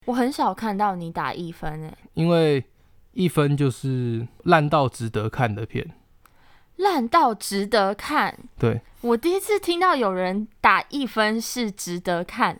我很少看到你打1分耶， 因为1分就是烂到值得看的片。 烂到值得看？ 对， 我第一次听到有人打1分是值得看。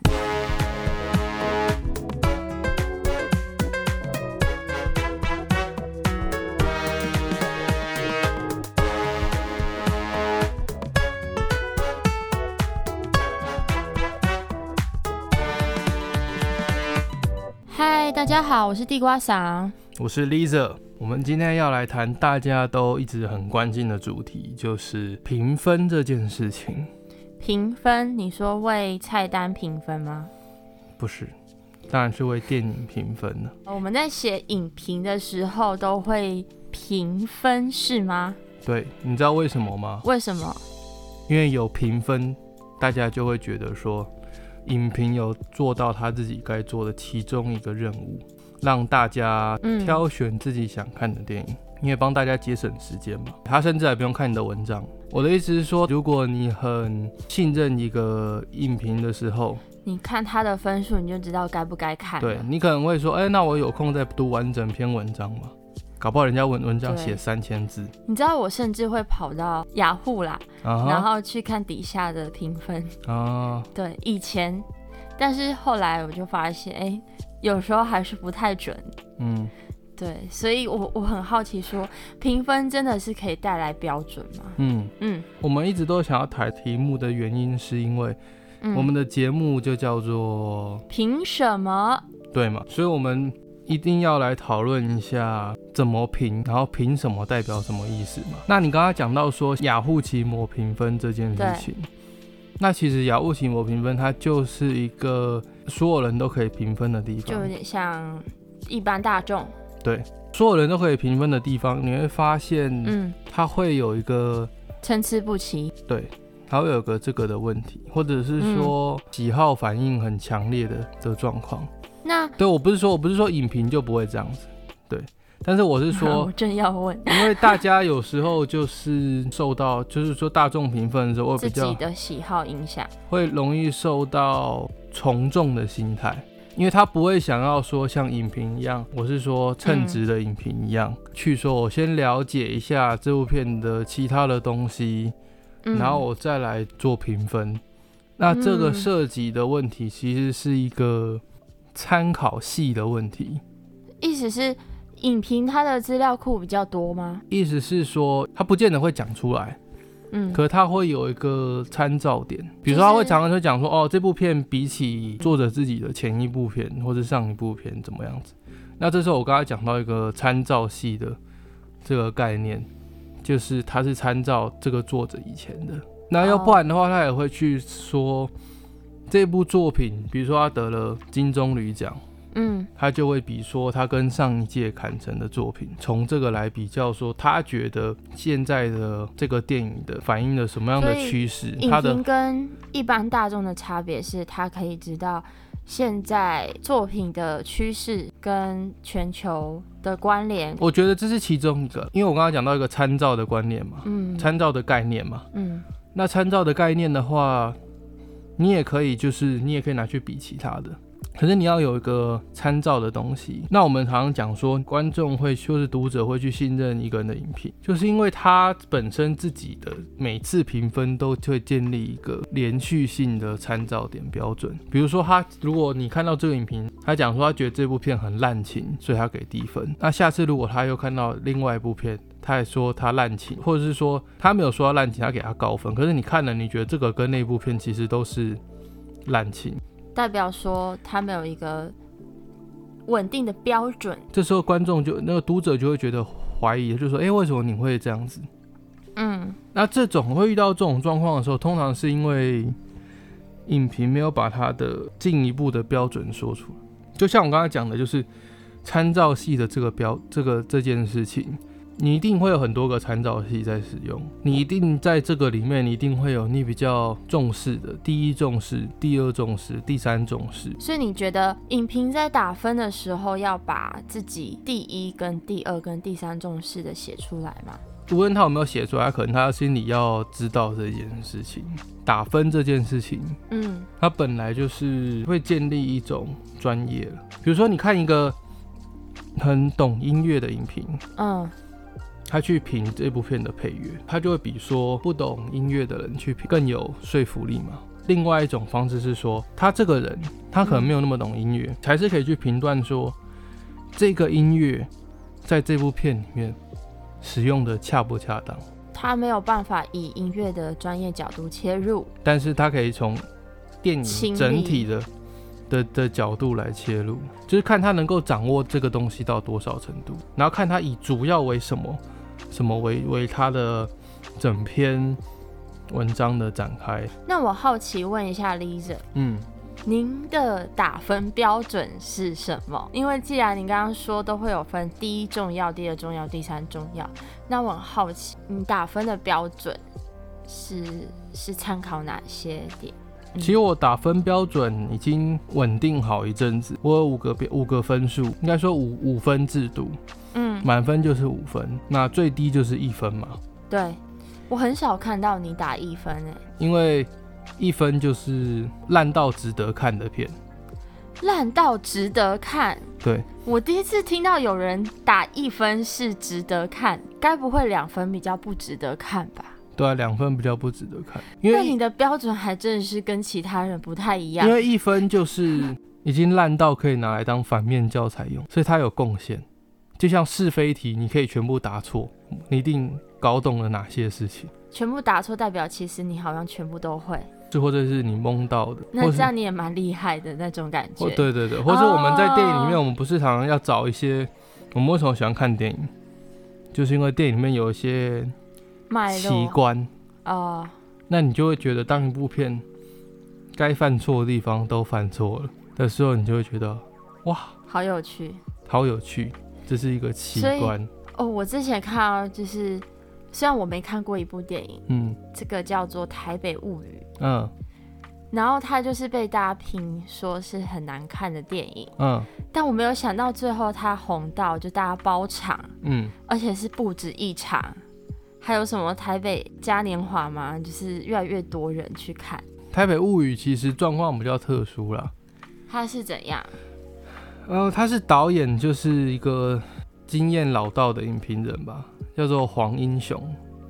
嗨，大家好，我是地瓜桑， 我是 Lisa。我们今天要来谈大家都一直很关心的主题，就是评分这件事情。 评分？你说为菜单评分吗？ 不是，当然是为电影评分了。 我们在写影评的时候都会评分，是吗？ 对，你知道为什么吗？ 为什么？ 因为有评分，大家就会觉得说，影评有做到他自己该做的其中一个任务，让大家挑选自己想看的电影，因为帮大家节省时间嘛。他甚至还不用看你的文章。我的意思是说，如果你很信任一个影评的时候， 你看他的分数，你就知道该不该看了。 对，你可能会说，那我有空再读完整篇文章嘛？搞不好人家文章写3000字。你知道我甚至会跑到雅虎啦，然后去看底下的评分。对，以前，但是后来我就发现，有时候还是不太准。对，所以我很好奇说，评分真的是可以带来标准吗？ 我们一直都想要谈题目的原因，是因为我们的节目就叫做凭什么？ 对嘛？所以我们一定要来讨论一下怎么评，然后凭什么代表什么意思嘛？那你刚刚讲到说雅虎奇摩评分这件事情，那其实雅虎奇摩评分它就是一个所有人都可以评分的地方， 就有点像一般大众。 对，所有人都可以评分的地方，你会发现，它会有一个参差不齐。 对，它会有个这个的问题，或者是说喜好反应很强烈的状况。对，我不是说影评就不会这样子，对，但是我是说， 我正要问， 因为大家有时候就是受到，就是说大众评分的时候，会比较自己的喜好影响， 会容易受到从众的心态。因为他不会想要说像影评一样，我是说称职的影评一样，去说我先了解一下这部片的其他的东西，然后我再来做评分。那这个涉及的问题其实是一个参考系的问题。 意思是影评它的资料库比较多吗？ 意思是说他不见得会讲出来。可他会有一个参照点，比如说他会常常讲说，这部片比起作者自己的前一部片或者上一部片怎么样子。那这时候我刚才讲到一个参照系的这个概念，就是他是参照这个作者以前的。那要不然的话，他也会去说这部作品，比如说他得了金棕榈奖。他就会比说他跟上一届坎城的作品，从这个来比较说，他觉得现在的这个电影的反映了什么样的趋势。 影评跟一般大众的差别是，他可以知道现在作品的趋势跟全球的关联。 我觉得这是其中一个，因为我刚刚讲到一个参照的观念嘛，参照的概念嘛，那参照的概念的话，你也可以拿去比其他的。可是你要有一个参照的东西。那我们常常讲说，观众会就是读者会去信任一个人的影评，就是因为他本身自己的每次评分都会建立一个连续性的参照点标准。比如说如果你看到这个影评，他讲说他觉得这部片很滥情，所以他给低分。那下次如果他又看到另外一部片，他也说他滥情，或者是说他没有说他滥情，他给他高分。可是你看了，你觉得这个跟那部片其实都是滥情， 代表说他们有一个稳定的标准。 这时候观众那个读者就会觉得怀疑，就说为什么你会这样子？那这种会遇到这种状况的时候，通常是因为影评没有把他的进一步的标准说出来。就像我刚才讲的，就是参照系的这件事情，你一定会有很多个参照系在使用，你一定在这个里面，你一定会有你比较重视的，第一重视、第二重视、第三重视。 所以你觉得影评在打分的时候，要把自己第一跟第二跟第三重视的写出来吗？ 无论他有没有写出来，可能他心里要知道这件事情，打分这件事情，他本来就是会建立一种专业了。比如说你看一个很懂音乐的影评，他去评这部片的配乐，他就会比说不懂音乐的人去评更有说服力嘛。另外一种方式是说，他这个人他可能没有那么懂音乐，才是可以去评断说这个音乐在这部片里面使用的恰不恰当。 他没有办法以音乐的专业角度切入， 但是他可以从电影整体的角度来切入，就是看他能够掌握这个东西到多少程度，然后看他以主要为什么为他的整篇文章的展开。 那我好奇问一下 Lisa，您的打分标准是什么？因为既然你刚刚说都会有分第一重要、第二重要、第三重要，那我很好奇，你打分的标准是参考哪些点？ 其实我打分标准已经稳定好一阵子，我有五个分数，应该说五分制度，满分就是5分，那最低就是1分嘛。 对，我很少看到你打1分因为1分就是烂到值得看的片。 烂到值得看？ 对， 我第一次听到有人打1分是值得看，该不会2分比较不值得看吧？ 对啊，2分比较不值得看。 因为你的标准还真的是跟其他人不太一样。 因为1分就是已经烂到可以拿来当反面教材用，所以它有贡献。就像是非题，你可以全部答错，你一定搞懂了哪些事情。 全部答错代表其实你好像全部都会， 或者是你蒙到的。 那这样你也蛮厉害的那种感觉。 对对对，或者我们在电影里面，我们不是常常要找一些，我们为什么喜欢看电影，就是因为电影里面有一些奇观那你就会觉得当一部片该犯错的地方都犯错了的时候，你就会觉得哇， 好有趣， 好有趣，这是一个奇观。 我之前看到就是虽然我没看过一部电影，这个叫做《台北物语》，然后它就是被大家评说是很难看的电影，但我没有想到最后它红到就大家包场，而且是不止一场，还有什么台北嘉年华嘛，就是越来越多人去看。 《台北物语》其实状况比较特殊啦， 它是怎样？ 他是导演，就是一个经验老道的影评人吧，叫做黄英雄，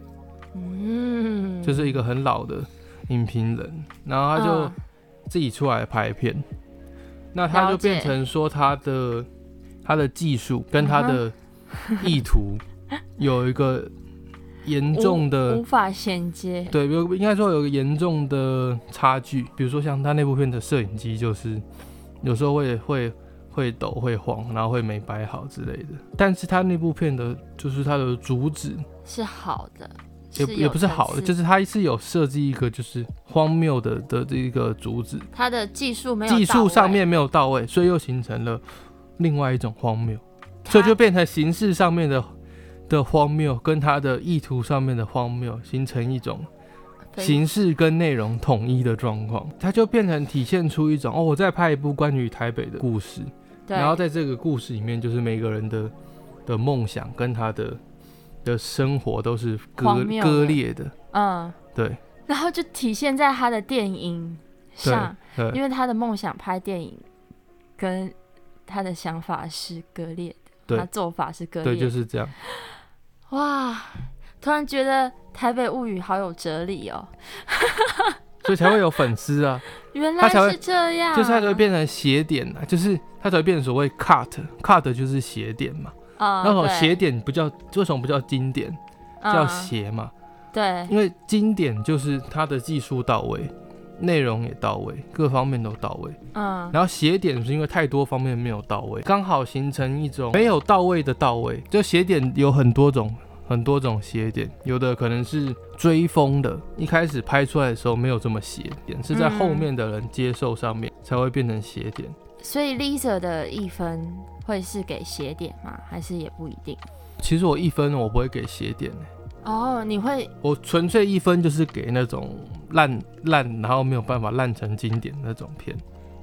就是一个很老的影评人，然后他就自己出来拍片，那他就变成说他的技术跟他的意图有一个严重的无法衔接， 对，应该说有一个严重的差距。比如说像他那部片的摄影机，就是有时候会抖会晃，然后会没摆好之类的。但是他那部片的就是他的主旨是好的， 也不是好的，就是他是有设计一个就是荒谬的这一个主旨， 他的技术上面没有到位，所以又形成了另外一种荒谬，所以就变成形式上面的荒谬跟他的意图上面的荒谬形成一种形式跟内容统一的状况，它就变成体现出一种我在拍一部关于台北的故事，然后在这个故事里面，就是每个人的梦想跟他的生活都是割裂的，对，然后就体现在他的电影上，因为他的梦想拍电影跟他的想法是割裂的，他做法是割裂的， 对，就是这样。 哇，突然觉得《台北物语》好有哲理哦， 所以才会有粉丝啊。 原来是这样， 就是它才会变成斜点啊，就是它才会变成所谓 cut 就是斜点嘛。那种斜点为什么不叫经典，叫斜嘛？ 对， 因为经典就是它的技术到位，内容也到位，各方面都到位。然后斜点是因为太多方面没有到位，刚好形成一种没有到位的到位。就斜点有很多种斜点，有的可能是追风的，一开始拍出来的时候没有这么斜点，是在后面的人接受上面才会变成斜点。 所以 Lisa 的1分会是给斜点吗？还是也不一定？ 其实我1分我不会给斜点你会？我纯粹1分就是给那种烂，然后没有办法烂成经典那种片。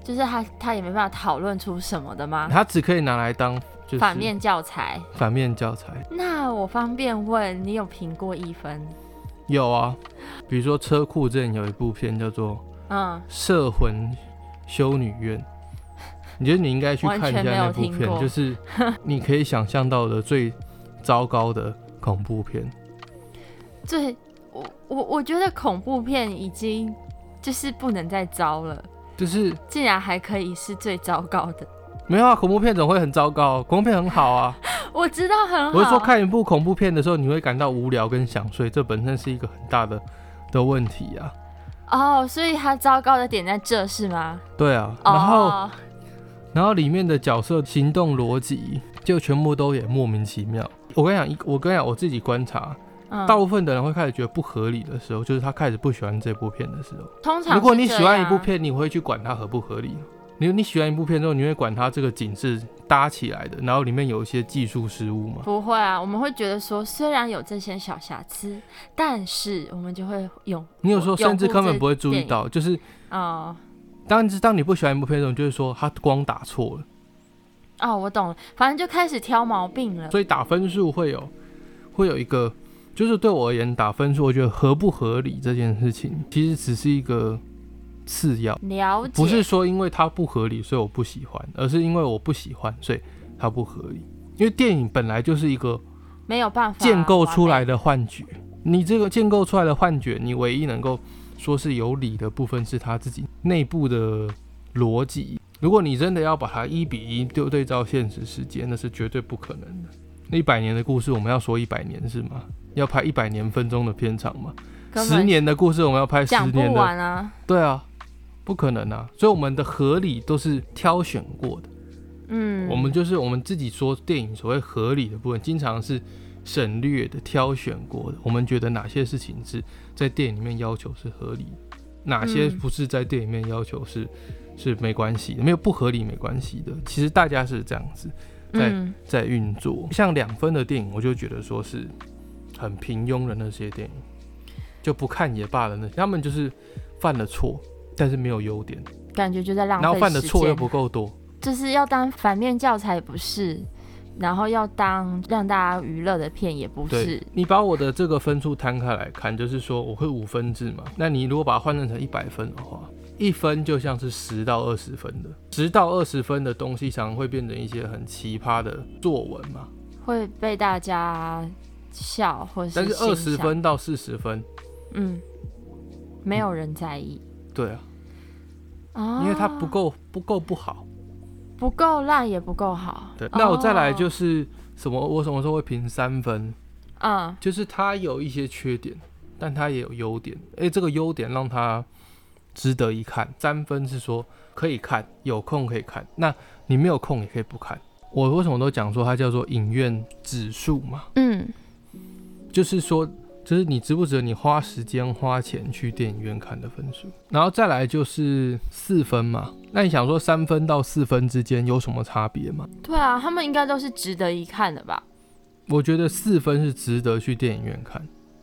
就是他也没办法讨论出什么的吗？ 他只可以拿来当就是反面教材。 反面教材。 那我方便问，你有评过1分？ 有啊，比如说车库之前有一部片叫做《摄魂修女院》，你觉得你应该去看一下那部片，就是你可以想象到的最糟糕的恐怖片。 对，我觉得恐怖片已经就是不能再糟了， 就是竟然还可以是最糟糕的。 没有啊，恐怖片怎么会很糟糕？恐怖片很好啊。 我知道很好。 我是说看一部恐怖片的时候，你会感到无聊跟想睡，这本身是一个很大的问题啊。 哦，所以它糟糕的点在这是吗？ 对啊，然后里面的角色行动逻辑就全部都也莫名其妙。我跟你讲，我自己观察，大部分的人会开始觉得不合理的时候，就是他开始不喜欢这部片的时候。 通常如果你喜欢一部片，你会去管它合不合理吗？你喜欢一部片之后，你会管它这个景是搭起来的，然后里面有一些技术失误吗？ 不会啊，我们会觉得说，虽然有这些小瑕疵，但是我们就会用。 你有时候甚至根本不会注意到，就是当你不喜欢一部片的时候，你就会说它光打错了。 哦，我懂了，反正就开始挑毛病了。 所以打分数会有一个，就是对我而言打分数，我觉得合不合理这件事情，其实只是一个次要， 了解， 不是说因为它不合理所以我不喜欢，而是因为我不喜欢所以它不合理。因为电影本来就是一个没有办法建构出来的幻觉，你这个建构出来的幻觉，你唯一能够说是有理的部分是它自己内部的逻辑。如果你真的要把它1:1对照现实世界，那是绝对不可能的。100年的故事我们要说100年是吗？要拍100年分钟的片长吗？10年的故事我们要拍10年的， 讲不完啊。 对啊，不可能啊。所以我们的合理都是挑选过的。我们自己说电影所谓合理的部分，经常是省略的、挑选过的。我们觉得哪些事情是在电影里面要求是合理的，哪些不是在电影里面要求是没关系的，没有不合理没关系的。其实大家是这样子在运作。像2分的电影，我就觉得说是很平庸的那些电影，就不看也罢了。那他们就是犯了错，但是没有优点， 感觉就在浪费时间。 然后犯的错又不够多， 就是要当反面教材也不是，然后要当让大家娱乐的片也不是。 你把我的这个分数摊开来看，就是说我会5分制嘛。那你如果把它换算成100分的话，1分就像是10到20分的，10到20分的东西常常会变成一些很奇葩的作文嘛，会被大家笑或是。 但是20分到40分， 没有人在意。 对啊，因为它不够不好， 不够烂也不够好。 对，那我再来就是什么？我什么时候会评3分？就是它有一些缺点，但它也有优点。这个优点让它值得一看。3分是说可以看，有空可以看。那你没有空也可以不看。我为什么都讲说它叫做影院指数嘛？就是说，就是你值不值得你花时间花钱去电影院看的分数。然后再来就是4分嘛。那你想说3分到4分之间有什么差别吗？ 对啊，他们应该都是值得一看的吧？ 我觉得4分是值得去电影院看。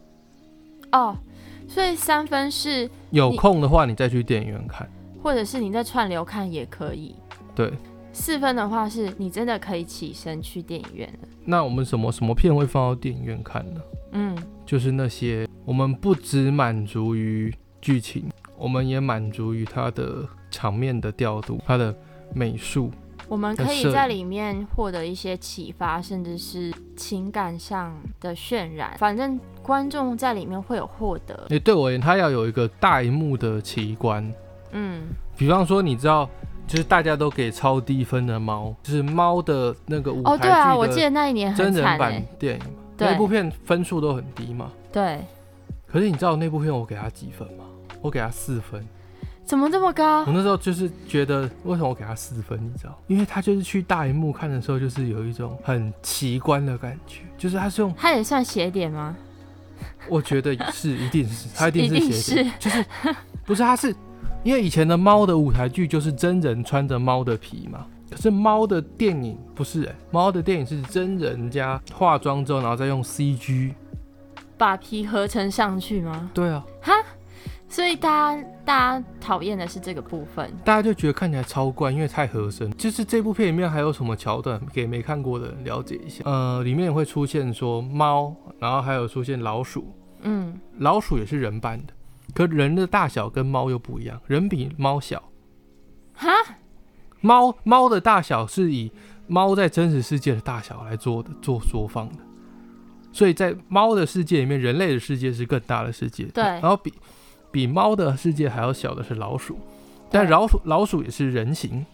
所以3分是有空的话你再去电影院看， 或者是你在串流看也可以。 对 ，4分的话是你真的可以起身去电影院了。 那我们什么片会放到电影院看呢？就是那些我们不只满足于剧情，我们也满足于它的场面的调度，它的美术。 我们可以在里面获得一些启发，甚至是情感上的渲染。反正观众在里面会有获得。 对我而言，它要有一个大荧幕的奇观。比方说，你知道，就是大家都给超低分的猫，就是猫的那个舞台剧的。 对啊，我记得那一年很惨。真人版电影嘛，那部片分数都很低嘛。 对。 可是你知道那部片我给它几分吗？我给它4分。 怎么这么高？ 我那时候就是觉得，为什么我给他4分？你知道，因为他就是去大荧幕看的时候，就是有一种很奇观的感觉，就是他是用， 他也算写点吗？ 我觉得是，一定是，他一定是写点，就是不是他是因为以前的猫的舞台剧就是真人穿着猫的皮嘛，可是猫的电影不是猫的电影是真人加化妆之后，然后再用 CG 把皮合成上去吗？ 对啊， 哈。 所以大家讨厌的是这个部分， 大家就觉得看起来超怪，因为太合身。就是这部片里面还有什么桥段，给没看过的人了解一下。里面会出现说猫，然后还有出现老鼠。老鼠也是人扮的，可人的大小跟猫又不一样，人比猫小。 哈？ 猫的大小是以猫在真实世界的大小来做缩放的，所以在猫的世界里面，人类的世界是更大的世界。 对， 然后比猫的世界还要小的是老鼠，但老鼠也是人形，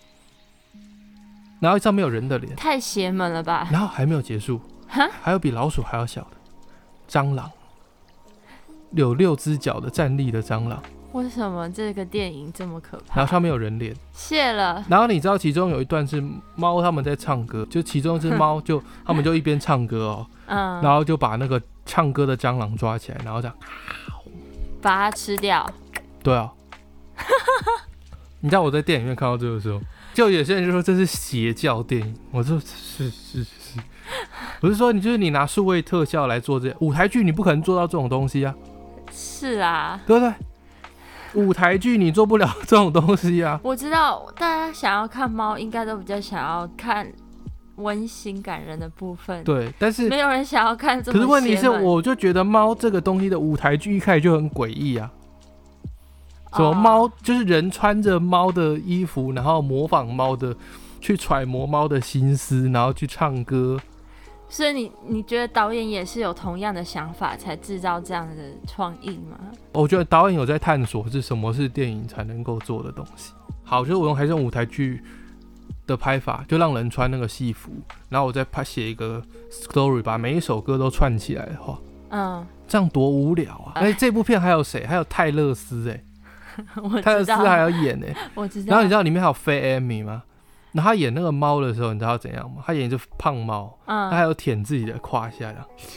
然后上面有人的脸， 太邪门了吧？ 然后还没有结束，还有比老鼠还要小的蟑螂，有6只脚的站立的蟑螂。 为什么这个电影这么可怕？ 然后上面有人脸， 谢了。 然后你知道其中有一段是猫他们在唱歌，就其中一只猫他们就一边唱歌哦，然后就把那个唱歌的蟑螂抓起来，然后这样把它吃掉。 对啊，你知道我在电影院看到这个时候，就有些人就说这是邪教电影，我说是，我是说你拿数位特效来做这舞台剧，你不可能做到这种东西啊。 是啊， 对不对？舞台剧你做不了这种东西啊。 我知道大家想要看猫，应该都比较想要看温馨感人的部分。 对，但是没有人想要看这么邪门。 可是问题是，我就觉得猫这个东西的舞台剧一开始就很诡异啊。什么猫就是人穿着猫的衣服，然后模仿猫的，去揣摩猫的心思，然后去唱歌。 所以你觉得导演也是有同样的想法才制造这样的创意吗？ 我觉得导演有在探索是什么是电影才能够做的东西。好，就是我还是用舞台剧的拍法，就让人穿那个戏服，然后我再写一个 story， 把每一首歌都串起来的话，这样多无聊啊！而且这部片还有谁？还有泰勒斯泰勒斯还要演我知道。 然后你知道里面还有菲艾米吗？然后他演那个猫的时候，你知道怎样吗？他演一只胖猫，他还有舔自己的胯下，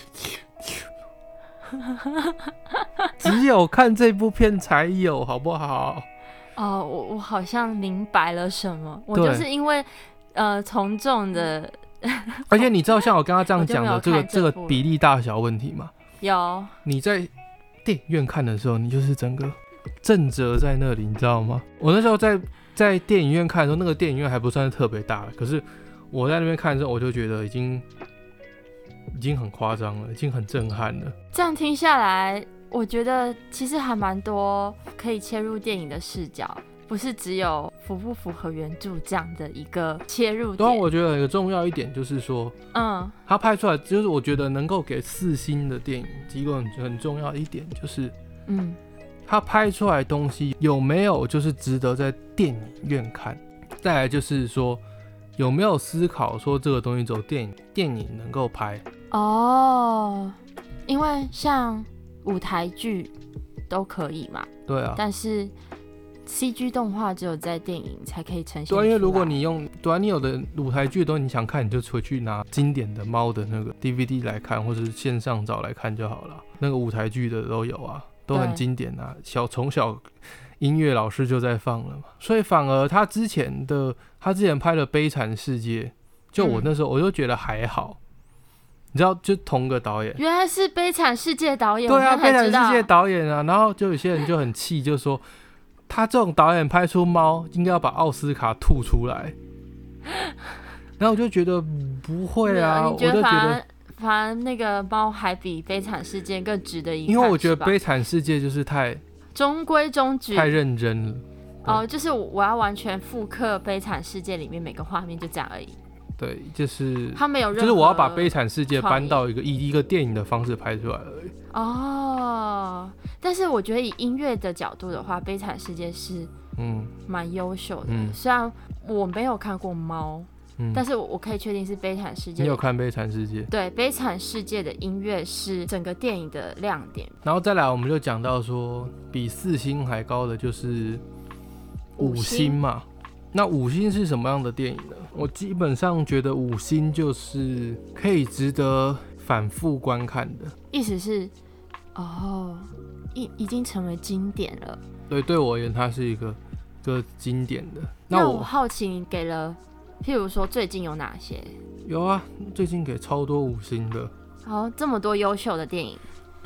只有看这部片才有，好不好？ 我好像明白了什么，我就是因为从众的， 而且你知道像我刚刚这样讲的这个比例大小问题吗？ 有。 你在电影院看的时候，你就是整个正折在那里，你知道吗？我那时候在电影院看的时候，那个电影院还不算是特别大了，可是我在那边看的时候，我就觉得已经很夸张了，已经很震撼了。 这样听下来，我觉得其实还蛮多可以切入电影的视角，不是只有符不符合原著这样的一个切入点。 当然，我觉得有个重要一点就是说，他拍出来就是我觉得能够给4星的电影，一个很重要一点就是，他拍出来的东西有没有就是值得在电影院看？再来就是说有没有思考说这个东西只有电影能够拍？ 因为像舞台剧都可以嘛。 对啊。 但是 CG 动画只有在电影才可以呈现出来。 对，因为如果你你有的舞台剧的东西你想看，你就回去拿经典的猫的那个 DVD 来看，或者是线上找来看就好了。那个舞台剧的都有啊。都很经典啊，从小音乐老师就在放了嘛，所以反而他之前拍的《悲惨世界》，就我那时候我就觉得还好，你知道，就同个导演， 原来是《悲惨世界》导演， 对啊，《悲惨世界》导演啊，然后就有些人就很气，就说他这种导演拍出猫，应该要把奥斯卡吐出来，然后我就觉得不会啊，我就觉得。 反正那个猫还比《悲惨世界》更值得一看， 因为我觉得《悲惨世界》就是太中规中矩， 太认真了。 就是我要完全复刻《悲惨世界》里面每个画面，就这样而已。 对，就是他没有任何， 就是我要把《悲惨世界》搬到一个电影的方式拍出来而已。 但是我觉得以音乐的角度的话，《悲惨世界》是蛮优秀的。虽然我没有看过猫。但是我可以确定是《悲惨世界》。 你有看《悲惨世界》？ 对，《悲惨世界》的音乐是整个电影的亮点。 然后再来，我们就讲到说，比4星还高的就是5星嘛。那5星是什么样的电影呢？我基本上觉得5星就是可以值得反复观看的。 意思是，已经成为经典了。 对我而言，它是一个经典的。 那我好奇，你给了。譬如说最近有哪些？ 有啊，最近给超多5星的。 这么多优秀的电影。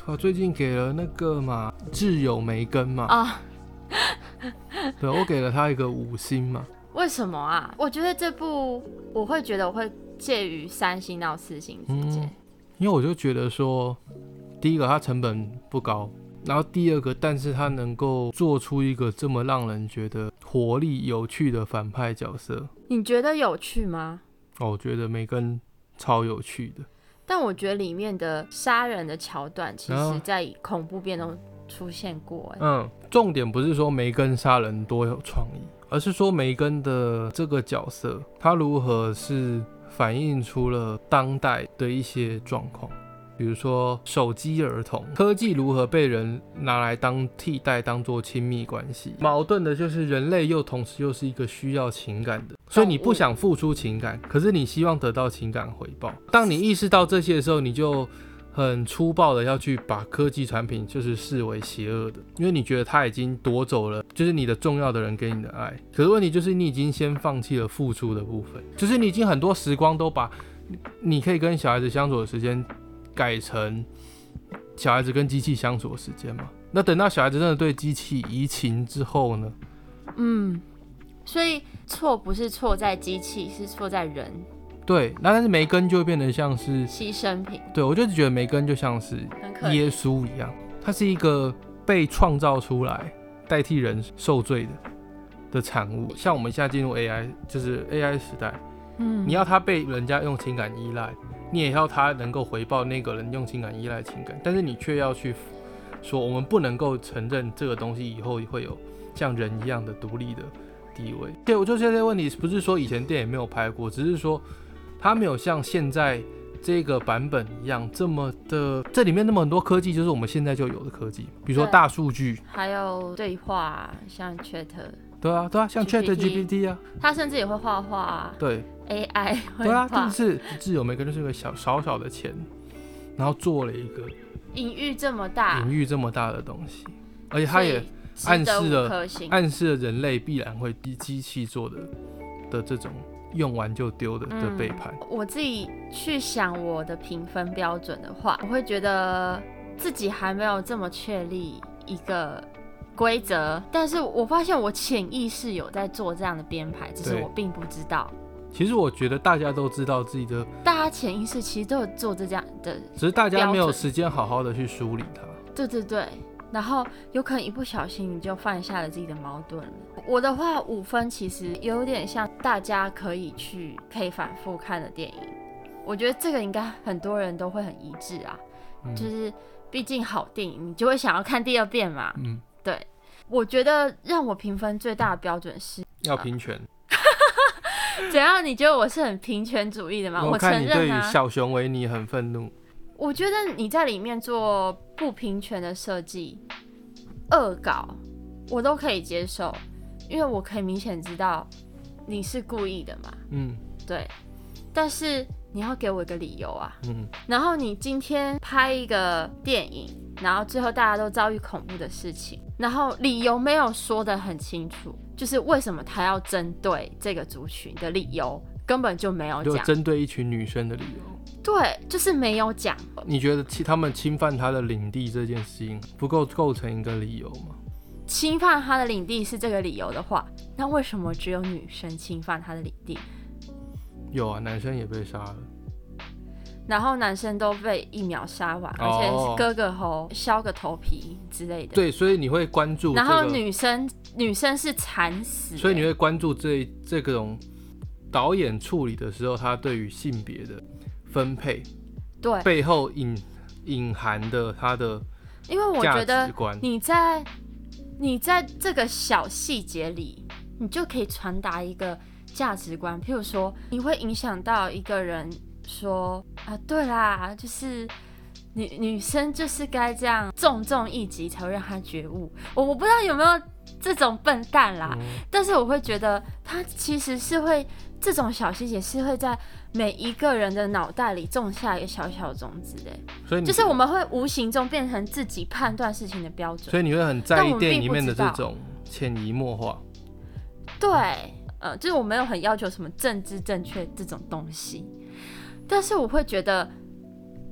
靠，最近给了那个嘛挚友梅根嘛对，我给了他一个5星嘛。 为什么啊？我觉得这部我会觉得我会介于3星到4星之间， 因为我就觉得说，第一个它成本不高，然后第二个，但是它能够做出一个这么让人觉得活力有趣的反派角色。 你觉得有趣吗？ 我觉得梅根超有趣的， 但我觉得里面的杀人的桥段，其实在恐怖片中出现过。 重点不是说梅根杀人多有创意，而是说梅根的这个角色，他如何是反映出了当代的一些状况，比如说手机儿童，科技如何被人拿来当替代，当做亲密关系。矛盾的就是人类同时又是一个需要情感的，所以你不想付出情感，可是你希望得到情感回报。当你意识到这些的时候，你就很粗暴的要去把科技产品就是视为邪恶的，因为你觉得它已经夺走了就是你的重要的人给你的爱。可是问题就是你已经先放弃了付出的部分，就是你已经很多时光都把你可以跟小孩子相处的时间改成小孩子跟机器相处的时间嘛。那等到小孩子真的对机器移情之后呢？ 所以错不是错在机器，是错在人。 对，那但是梅根就会变得像是牺牲品。 对，我就觉得梅根就像是耶稣一样，他是一个被创造出来代替人受罪的产物。像我们现在进入 AI， 就是 AI 时代，你要他被人家用情感依赖，你也要他能够回报那个人用情感依赖的情感，但是你却要去说我们不能够承认这个东西以后会有像人一样的独立的地位。对，我就这些问题不是说以前电影没有拍过，只是说它没有像现在这个版本一样这么的，这里面那么很多科技就是我们现在就有的科技，比如说大数据， 还有对话，像 Chat， 对啊，像 Chat GPT 啊， 它甚至也会画画， 对 AI 会画， 对啊，就是挚友梅根就是个少少的钱，然后做了一个隐喻这么大的东西，而且它也暗示了人类必然会机器做的这种用完就丢的背叛。 我自己去想我的评分标准的话，我会觉得自己还没有这么确立一个规则，但是我发现我潜意识有在做这样的编排，只是我并不知道。 其实我觉得大家都知道自己的， 大家潜意识其实都有做这样的， 只是大家没有时间好好的去梳理它。 对，然后有可能一不小心你就犯下了自己的矛盾。我的话5分其实有点像大家可以反复看的电影，我觉得这个应该很多人都会很一致啊，就是毕竟好电影你就会想要看第2遍嘛。对，我觉得让我评分最大的标准是要平权。 怎样？你觉得我是很平权主义的吗？ 我看你对小熊维尼很愤怒。 我觉得你在里面做不平权的设计、恶搞，我都可以接受，因为我可以明显知道你是故意的嘛。对。但是你要给我一个理由啊。然后你今天拍一个电影，然后最后大家都遭遇恐怖的事情，然后理由没有说得很清楚，就是为什么他要针对这个族群的理由根本就没有讲， 就针对一群女生的理由。 对，就是没有讲。 你觉得他们侵犯他的领地这件事情不够构成一个理由吗？ 侵犯他的领地是这个理由的话，那为什么只有女生侵犯他的领地？ 有啊，男生也被杀了， 然后男生都被1秒杀完，而且割个喉、削个头皮之类的。 对，所以你会关注、 然后女生是惨死， 所以你会关注这种导演处理的时候，他对于性别的分配， 对背后隐含的他的价值观。 因为我觉得你在这个小细节里，你就可以传达一个价值观。譬如说，你会影响到一个人说啊，对啦，就是女生就是该这样重一击才会让她觉悟。我不知道有没有这种笨蛋啦，但是我会觉得他其实是会这种小细节是会在每一个人的脑袋里种下一个小小的种子的， 所以就是我们会无形中变成自己判断事情的标准。 所以你会很在意电影里面的这种潜移默化。 对，就是我没有很要求什么政治正确这种东西，但是我会觉得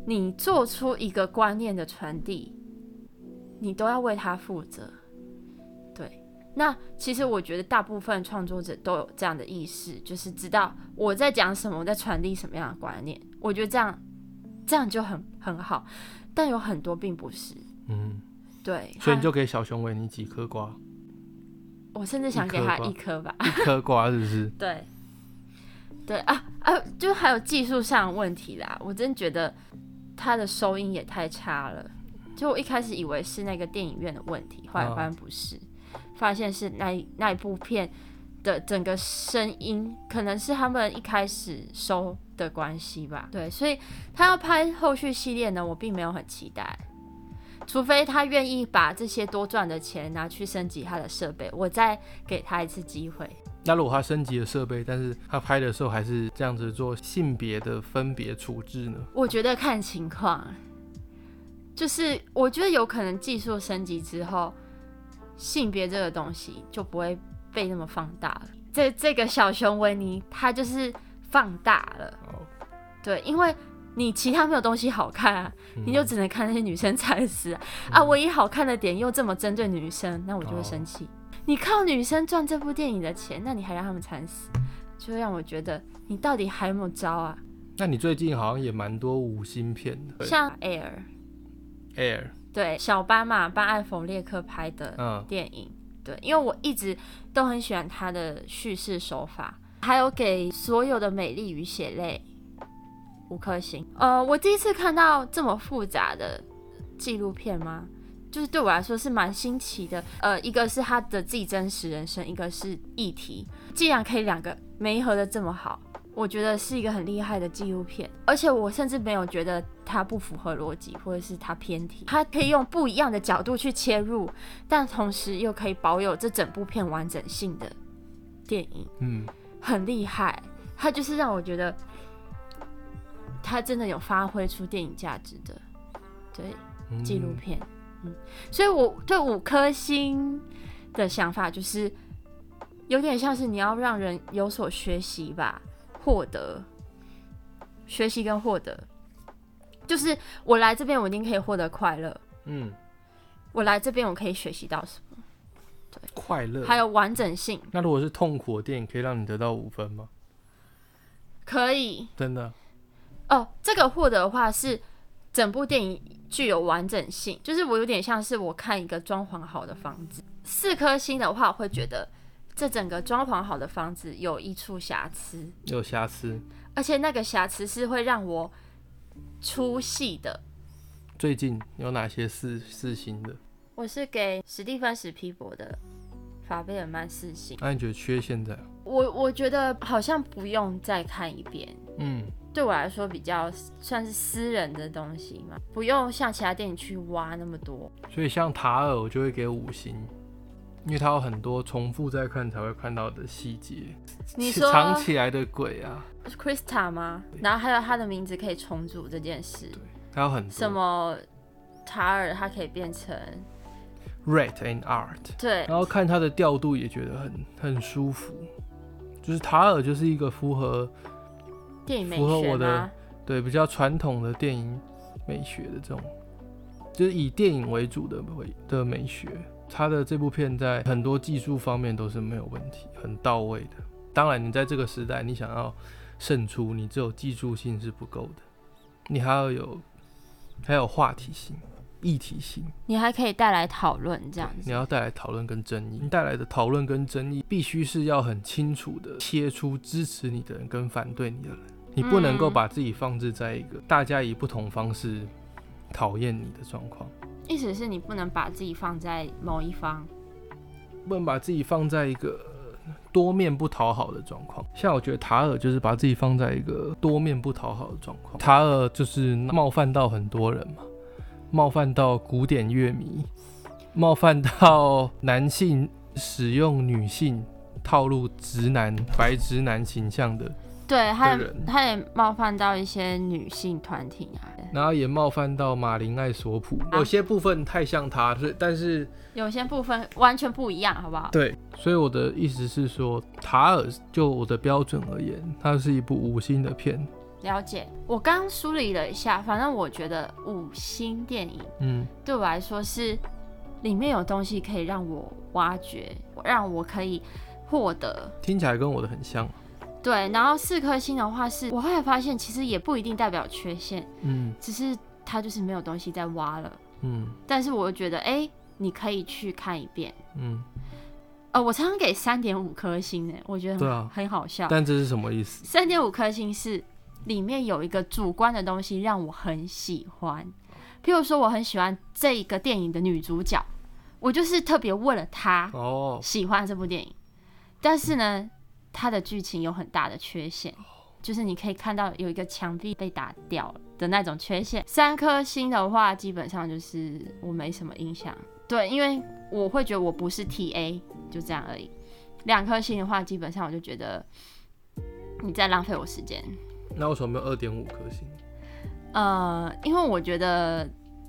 你做出一个观念的传递，你都要为它负责。对，那其实我觉得大部分创作者都有这样的意识，就是知道我在讲什么，我在传递什么样的观念。我觉得这样就很好，但有很多并不是。对， 所以你就给小熊维尼几颗瓜？ 我甚至想给他1颗吧。 1颗瓜是不是？ 对啊，就还有技术上的问题啦。我真觉得他的收音也太差了。就我一开始以为是那个电影院的问题，后来发现不是，发现是那一部片的整个声音，可能是他们一开始收的关系吧。对，所以他要拍后续系列呢，我并没有很期待。除非他愿意把这些多赚的钱拿去升级他的设备，我再给他一次机会。 那如果他升级了设备，但是他拍的时候还是这样子做性别的分别处置呢？ 我觉得看情况，就是我觉得有可能技术升级之后，性别这个东西就不会被那么放大了。这个小熊维尼他就是放大了，对，因为你其他没有东西好看啊，你就只能看那些女生惨死啊！唯一好看的点又这么针对女生，那我就会生气。你靠女生赚这部电影的钱，那你还让他们惨死，就让我觉得你到底还有没有招啊？ 那你最近好像也蛮多5星片的， 像 Air， 对，小班嘛，班艾弗列克拍的电影，对，因为我一直都很喜欢他的叙事手法，还有给所有的美丽与血泪5颗星。我第一次看到这么复杂的纪录片吗？就是对我来说是蛮新奇的。一个是他的自己真实人生，一个是议题，既然可以2个媒合的这么好，我觉得是一个很厉害的纪录片。而且我甚至没有觉得它不符合逻辑，或者是它偏题，它可以用不一样的角度去切入，但同时又可以保有这整部片完整性的电影。很厉害。它就是让我觉得他真的有发挥出电影价值的，对，纪录片。所以我对5颗星的想法就是有点像是你要让人有所学习吧，学习跟获得，就是我来这边我一定可以获得快乐，我来这边我可以学习到什么？对， 快乐， 还有完整性。 那如果是痛苦的电影，可以让你得到5分吗？ 可以， 真的。 这个获得的话是整部电影具有完整性，就是我有点像是我看一个装潢好的房子。4颗星的话，我会觉得这整个装潢好的房子有一处瑕疵， 有瑕疵， 而且那个瑕疵是会让我出戏的。 最近有哪些4星的？ 我是给史蒂芬史皮博的法贝尔曼4星。 那你觉得缺陷在？ 我觉得好像不用再看一遍。对我来说比较算是私人的东西嘛，不用像其他电影去挖那么多。 所以像塔尔我就会给5星，因为它有很多重复再看才会看到的细节。 你说藏起来的鬼啊 ，Krista 吗？然后还有他的名字可以重组这件事。 对，它有很多什么塔尔，它可以变成 Red and Art。对，然后看它的调度也觉得很舒服。就是塔尔就是一个符合电影美学吗？ 对，比较传统的电影美学的这种，就是以电影为主的美学。他的这部片在很多技术方面都是没有问题，很到位的。当然，你在这个时代，你想要胜出，你只有技术性是不够的，你还有话题性、议题性， 你还可以带来讨论这样子。 你要带来讨论跟争议，你带来的讨论跟争议必须是要很清楚的切出支持你的人跟反对你的人。你不能够把自己放置在一个大家以不同方式讨厌你的状况。 意思是你不能把自己放在某一方， 不能把自己放在一个多面不讨好的状况。像我觉得塔尔就是把自己放在一个多面不讨好的状况。塔尔就是冒犯到很多人嘛，冒犯到古典乐迷，冒犯到男性使用女性套路直男白直男形象的。 对，他也冒犯到一些女性团体啊， 然后也冒犯到马林艾索普，有些部分太像他，但是有些部分完全不一样，好不好？ 对，所以我的意思是说，塔尔就我的标准而言，它是一部5星的片， 了解。我刚刚梳理了一下，反正我觉得5星电影，对我来说是里面有东西可以让我挖掘，让我可以获得。 听起来跟我的很像。 对，然后4颗星的话是，我后来发现其实也不一定代表缺陷，只是它就是没有东西在挖了，但是我觉得，你可以去看一遍，我常常给3.5颗星我觉得很好笑。 但这是什么意思 ？3.5颗星是里面有一个主观的东西让我很喜欢，譬如说我很喜欢这个电影的女主角，我就是特别为了她喜欢这部电影，但是呢，它的剧情有很大的缺陷，就是你可以看到有一个墙壁被打掉的那种缺陷。3颗星的话，基本上就是我没什么印象。对，因为我会觉得我不是 TA， 就这样而已。2颗星的话，基本上我就觉得你在浪费我时间。 那为什么没有2.5颗星？ 因为我觉得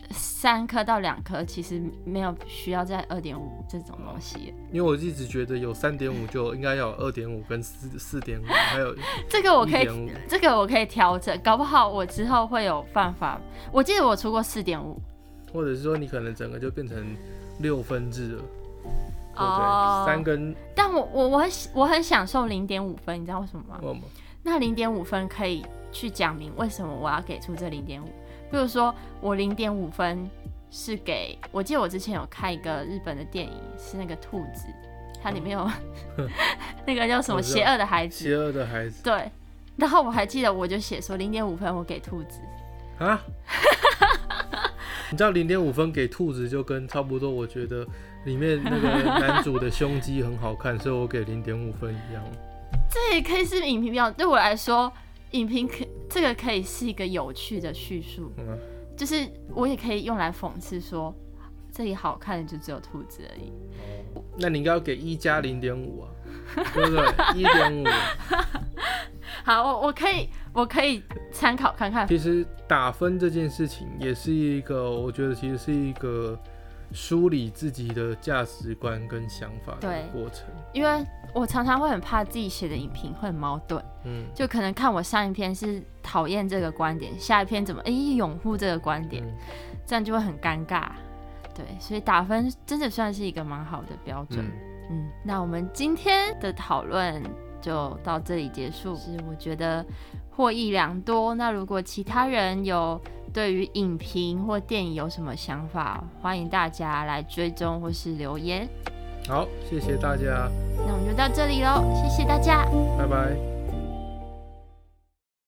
3颗到2颗其实没有需要在2.5这种东西。 因为我一直觉得有3.5就应该要有2.5跟4.5，还有这个我可以调整，搞不好我之后会有办法。我记得我出过4.5。或者是说你可能整个就变成6分制了，对，3跟。 但我很享受0.5分，你知道为什么吗？那0.5分可以去讲明为什么我要给出这0.5。比如说我0.5分是给，我记得我之前有看一个日本的电影，是那个兔子，它里面有那个叫什么邪恶的孩子。 邪恶的孩子。 对，然后我还记得我就写说0.5分我给兔子啊。你知道0.5分给兔子就跟差不多，我觉得里面那个男主的胸肌很好看，所以我给0.5分一样。 这也可以是影评标准，对我来说，影评这个可以是一个有趣的叙述，就是我也可以用来讽刺说，这里好看的就只有兔子而已。 那你应该要给1+0.5啊，对不对？1.5。 好，我可以参考看看。 其实打分这件事情也是一个，我觉得其实是一个梳理自己的价值观跟想法的过程。 因为我常常会很怕自己写的影评会很矛盾，就可能看我上一篇是讨厌这个观点，下一篇怎么拥护这个观点，这样就会很尴尬。对，所以打分真的算是一个蛮好的标准。那我们今天的讨论就到这里结束。是我觉得获益良多。那如果其他人有对于影评或电影有什么想法，欢迎大家来追踪或是留言。 好，谢谢大家。 那我们就到这里咯，谢谢大家， 拜拜。